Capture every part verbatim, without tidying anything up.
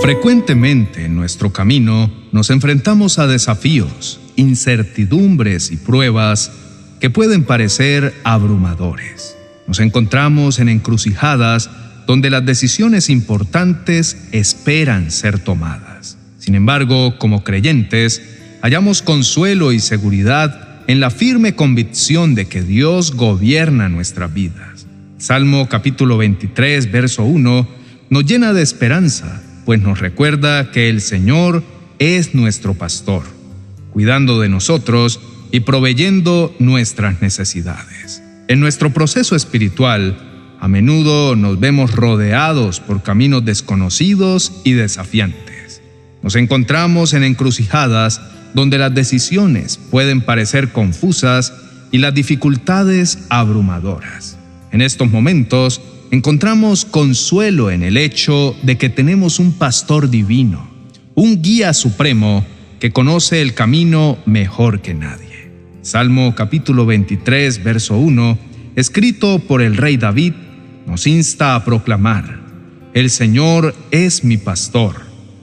Frecuentemente en nuestro camino nos enfrentamos a desafíos, incertidumbres y pruebas que pueden parecer abrumadores. Nos encontramos en encrucijadas donde las decisiones importantes esperan ser tomadas. Sin embargo, como creyentes, hallamos consuelo y seguridad en la firme convicción de que Dios gobierna nuestras vidas. Salmo capítulo veintitrés, verso uno, nos llena de esperanza, pues nos recuerda que el Señor es nuestro pastor, cuidando de nosotros y proveyendo nuestras necesidades. En nuestro proceso espiritual, a menudo nos vemos rodeados por caminos desconocidos y desafiantes. Nos encontramos en encrucijadas donde las decisiones pueden parecer confusas y las dificultades abrumadoras. En estos momentos, encontramos consuelo en el hecho de que tenemos un pastor divino, un guía supremo que conoce el camino mejor que nadie. Salmo capítulo veintitrés, verso uno, escrito por el rey David, nos insta a proclamar: «El Señor es mi pastor,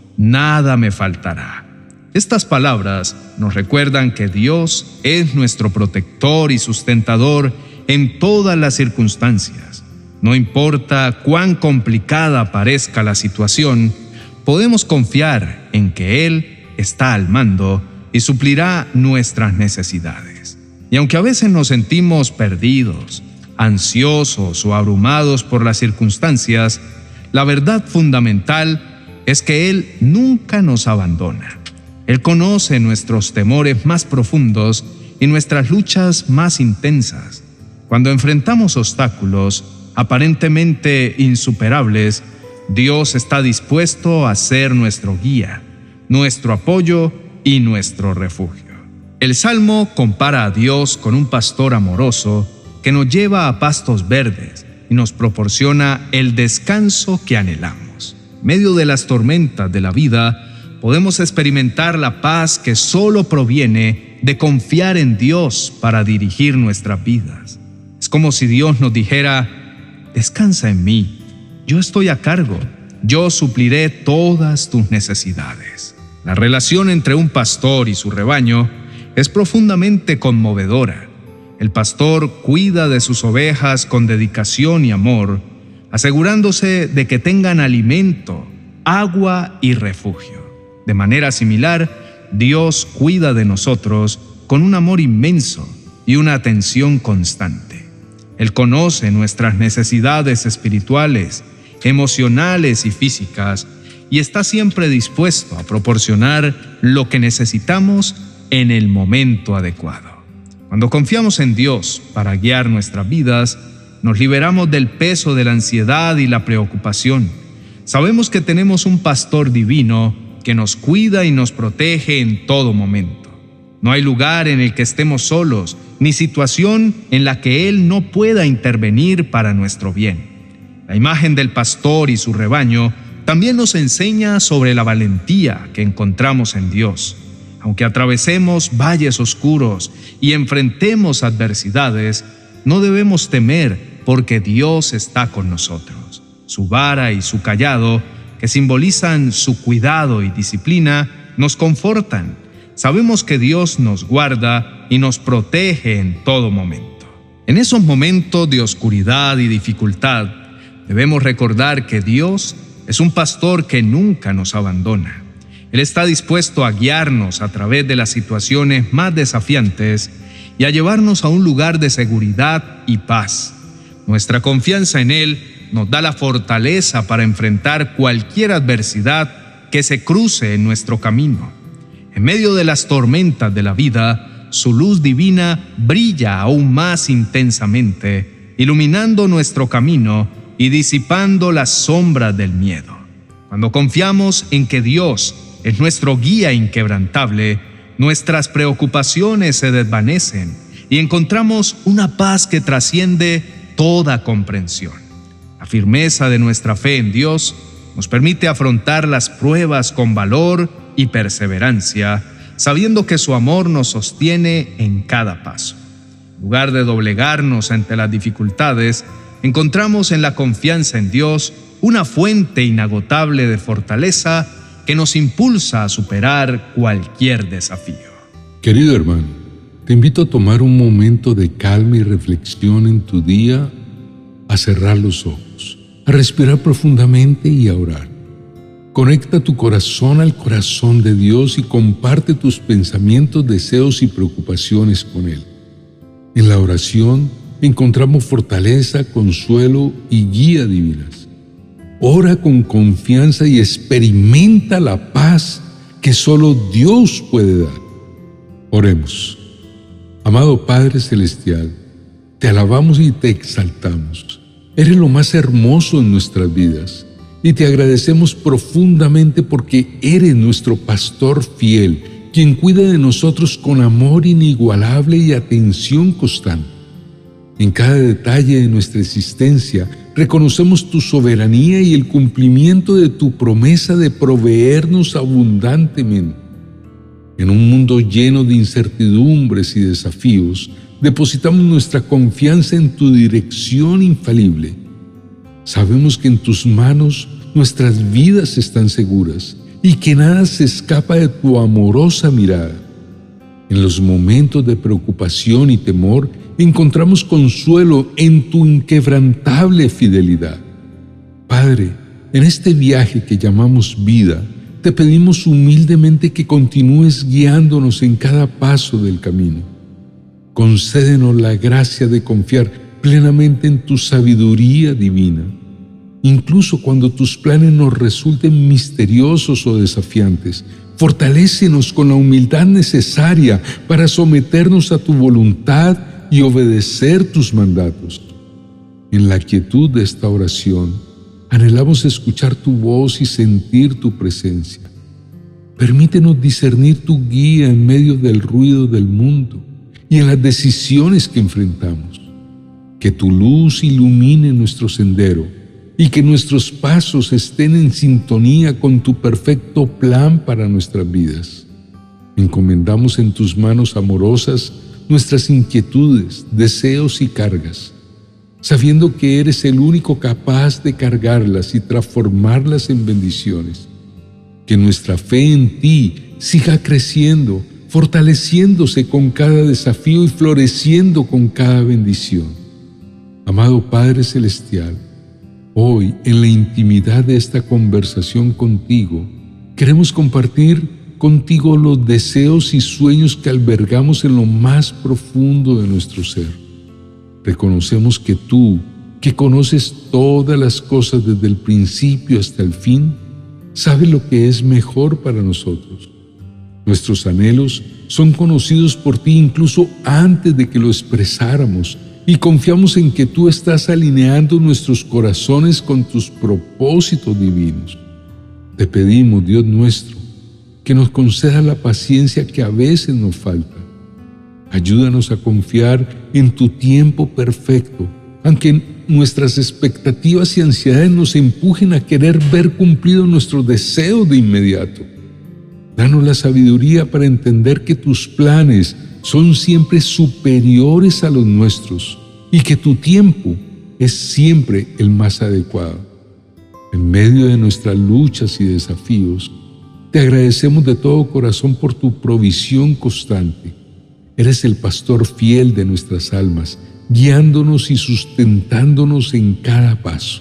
nada me faltará». Estas palabras nos recuerdan que Dios es nuestro protector y sustentador en todas las circunstancias. No importa cuán complicada parezca la situación, podemos confiar en que Él está al mando y suplirá nuestras necesidades. Y aunque a veces nos sentimos perdidos, ansiosos o abrumados por las circunstancias, la verdad fundamental es que Él nunca nos abandona. Él conoce nuestros temores más profundos y nuestras luchas más intensas. Cuando enfrentamos obstáculos aparentemente insuperables, Dios está dispuesto a ser nuestro guía, nuestro apoyo y nuestro refugio. El Salmo compara a Dios con un pastor amoroso que nos lleva a pastos verdes y nos proporciona el descanso que anhelamos. En medio de las tormentas de la vida, podemos experimentar la paz que solo proviene de confiar en Dios para dirigir nuestras vidas. Es como si Dios nos dijera: «Descansa en mí, yo estoy a cargo, yo supliré todas tus necesidades». La relación entre un pastor y su rebaño es profundamente conmovedora. El pastor cuida de sus ovejas con dedicación y amor, asegurándose de que tengan alimento, agua y refugio. De manera similar, Dios cuida de nosotros con un amor inmenso y una atención constante. Él conoce nuestras necesidades espirituales, emocionales y físicas, y está siempre dispuesto a proporcionar lo que necesitamos en el momento adecuado. Cuando confiamos en Dios para guiar nuestras vidas, nos liberamos del peso de la ansiedad y la preocupación. Sabemos que tenemos un pastor divino que nos cuida y nos protege en todo momento. No hay lugar en el que estemos solos, ni situación en la que Él no pueda intervenir para nuestro bien. La imagen del pastor y su rebaño también nos enseña sobre la valentía que encontramos en Dios. Aunque atravesemos valles oscuros y enfrentemos adversidades, no debemos temer porque Dios está con nosotros. Su vara y su cayado, que simbolizan su cuidado y disciplina, nos confortan. Sabemos que Dios nos guarda y nos protege en todo momento. En esos momentos de oscuridad y dificultad, debemos recordar que Dios es un pastor que nunca nos abandona. Él está dispuesto a guiarnos a través de las situaciones más desafiantes y a llevarnos a un lugar de seguridad y paz. Nuestra confianza en Él nos da la fortaleza para enfrentar cualquier adversidad que se cruce en nuestro camino. En medio de las tormentas de la vida, su luz divina brilla aún más intensamente, iluminando nuestro camino y disipando las sombras del miedo. Cuando confiamos en que Dios es nuestro guía inquebrantable, nuestras preocupaciones se desvanecen y encontramos una paz que trasciende toda comprensión. La firmeza de nuestra fe en Dios nos permite afrontar las pruebas con valor y perseverancia, sabiendo que su amor nos sostiene en cada paso. En lugar de doblegarnos ante las dificultades, encontramos en la confianza en Dios una fuente inagotable de fortaleza que nos impulsa a superar cualquier desafío. Querido hermano, te invito a tomar un momento de calma y reflexión en tu día, a cerrar los ojos, a respirar profundamente y a orar. Conecta tu corazón al corazón de Dios y comparte tus pensamientos, deseos y preocupaciones con Él. En la oración encontramos fortaleza, consuelo y guía divinas. Ora con confianza y experimenta la paz que solo Dios puede dar. Oremos. Amado Padre Celestial, te alabamos y te exaltamos. Eres lo más hermoso en nuestras vidas y te agradecemos profundamente porque eres nuestro pastor fiel, quien cuida de nosotros con amor inigualable y atención constante. En cada detalle de nuestra existencia reconocemos tu soberanía y el cumplimiento de tu promesa de proveernos abundantemente. En un mundo lleno de incertidumbres y desafíos, depositamos nuestra confianza en tu dirección infalible. Sabemos que en tus manos nuestras vidas están seguras y que nada se escapa de tu amorosa mirada. En los momentos de preocupación y temor, encontramos consuelo en tu inquebrantable fidelidad. Padre, en este viaje que llamamos vida, te pedimos humildemente que continúes guiándonos en cada paso del camino. Concédenos la gracia de confiar plenamente en tu sabiduría divina, incluso cuando tus planes nos resulten misteriosos o desafiantes. Fortalécenos con la humildad necesaria para someternos a tu voluntad y obedecer tus mandatos. En la quietud de esta oración, anhelamos escuchar tu voz y sentir tu presencia. Permítenos discernir tu guía en medio del ruido del mundo y en las decisiones que enfrentamos. Que tu luz ilumine nuestro sendero y que nuestros pasos estén en sintonía con tu perfecto plan para nuestras vidas. Encomendamos en tus manos amorosas nuestras inquietudes, deseos y cargas, sabiendo que eres el único capaz de cargarlas y transformarlas en bendiciones. Que nuestra fe en ti siga creciendo, fortaleciéndose con cada desafío y floreciendo con cada bendición. Amado Padre Celestial, hoy, en la intimidad de esta conversación contigo, queremos compartir contigo los deseos y sueños que albergamos en lo más profundo de nuestro ser. Reconocemos que tú, que conoces todas las cosas desde el principio hasta el fin, sabes lo que es mejor para nosotros. Nuestros anhelos son conocidos por ti incluso antes de que lo expresáramos, y confiamos en que tú estás alineando nuestros corazones con tus propósitos divinos. Te pedimos, Dios nuestro, que nos conceda la paciencia que a veces nos falta. Ayúdanos a confiar en tu tiempo perfecto, aunque nuestras expectativas y ansiedades nos empujen a querer ver cumplidos nuestros deseos de inmediato. Danos la sabiduría para entender que tus planes son siempre superiores a los nuestros y que tu tiempo es siempre el más adecuado. En medio de nuestras luchas y desafíos, te agradecemos de todo corazón por tu provisión constante. Eres el pastor fiel de nuestras almas, guiándonos y sustentándonos en cada paso.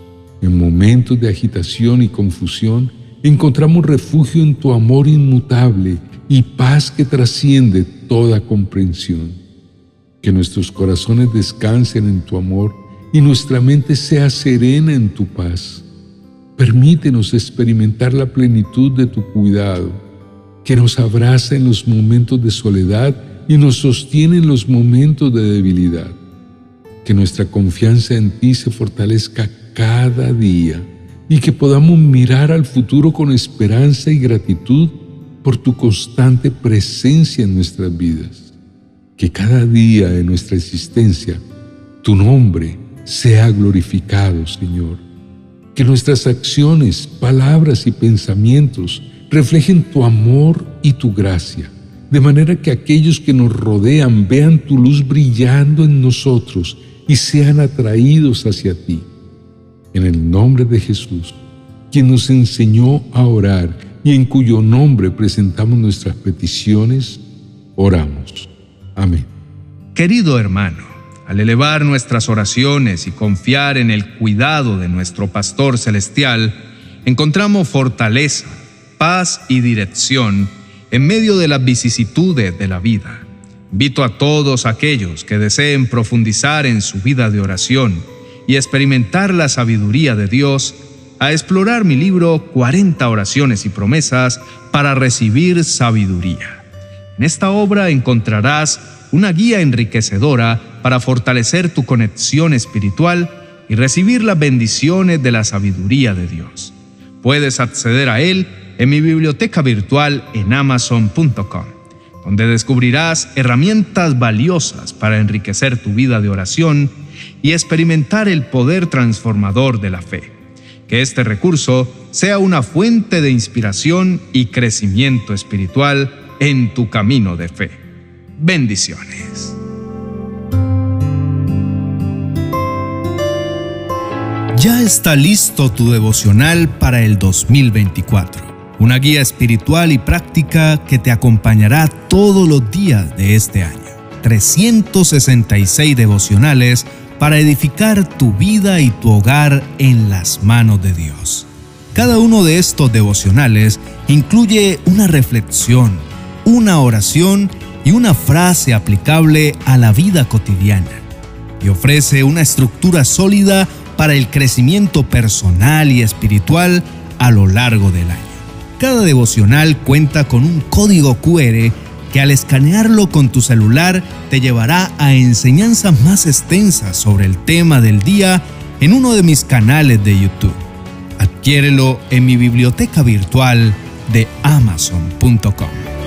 En momentos de agitación y confusión, encontramos refugio en tu amor inmutable y paz que trasciende toda comprensión. Que nuestros corazones descansen en tu amor y nuestra mente sea serena en tu paz. Permítenos experimentar la plenitud de tu cuidado, que nos abraza en los momentos de soledad y nos sostiene en los momentos de debilidad. Que nuestra confianza en ti se fortalezca cada día y que podamos mirar al futuro con esperanza y gratitud por tu constante presencia en nuestras vidas. Que cada día de nuestra existencia tu nombre sea glorificado, Señor. Que nuestras acciones, palabras y pensamientos reflejen tu amor y tu gracia, de manera que aquellos que nos rodean vean tu luz brillando en nosotros y sean atraídos hacia ti. En el nombre de Jesús, quien nos enseñó a orar y en cuyo nombre presentamos nuestras peticiones, oramos. Amén. Querido hermano, al elevar nuestras oraciones y confiar en el cuidado de nuestro Pastor Celestial, encontramos fortaleza, paz y dirección en medio de las vicisitudes de la vida. Invito a todos aquellos que deseen profundizar en su vida de oración y experimentar la sabiduría de Dios a explorar mi libro cuarenta oraciones y promesas para recibir sabiduría. En esta obra encontrarás una guía enriquecedora para fortalecer tu conexión espiritual y recibir las bendiciones de la sabiduría de Dios. Puedes acceder a él en mi biblioteca virtual en amazon punto com, donde descubrirás herramientas valiosas para enriquecer tu vida de oración y experimentar el poder transformador de la fe. Que este recurso sea una fuente de inspiración y crecimiento espiritual en tu camino de fe. Bendiciones. Ya está listo tu devocional para el dos mil veinticuatro. Una guía espiritual y práctica que te acompañará todos los días de este año. trescientos sesenta y seis devocionales para edificar tu vida y tu hogar en las manos de Dios. Cada uno de estos devocionales incluye una reflexión, una oración y una frase aplicable a la vida cotidiana, y ofrece una estructura sólida para el crecimiento personal y espiritual a lo largo del año. Cada devocional cuenta con un código cu erre que al escanearlo con tu celular te llevará a enseñanzas más extensas sobre el tema del día en uno de mis canales de YouTube. Adquiérelo en mi biblioteca virtual de amazon punto com.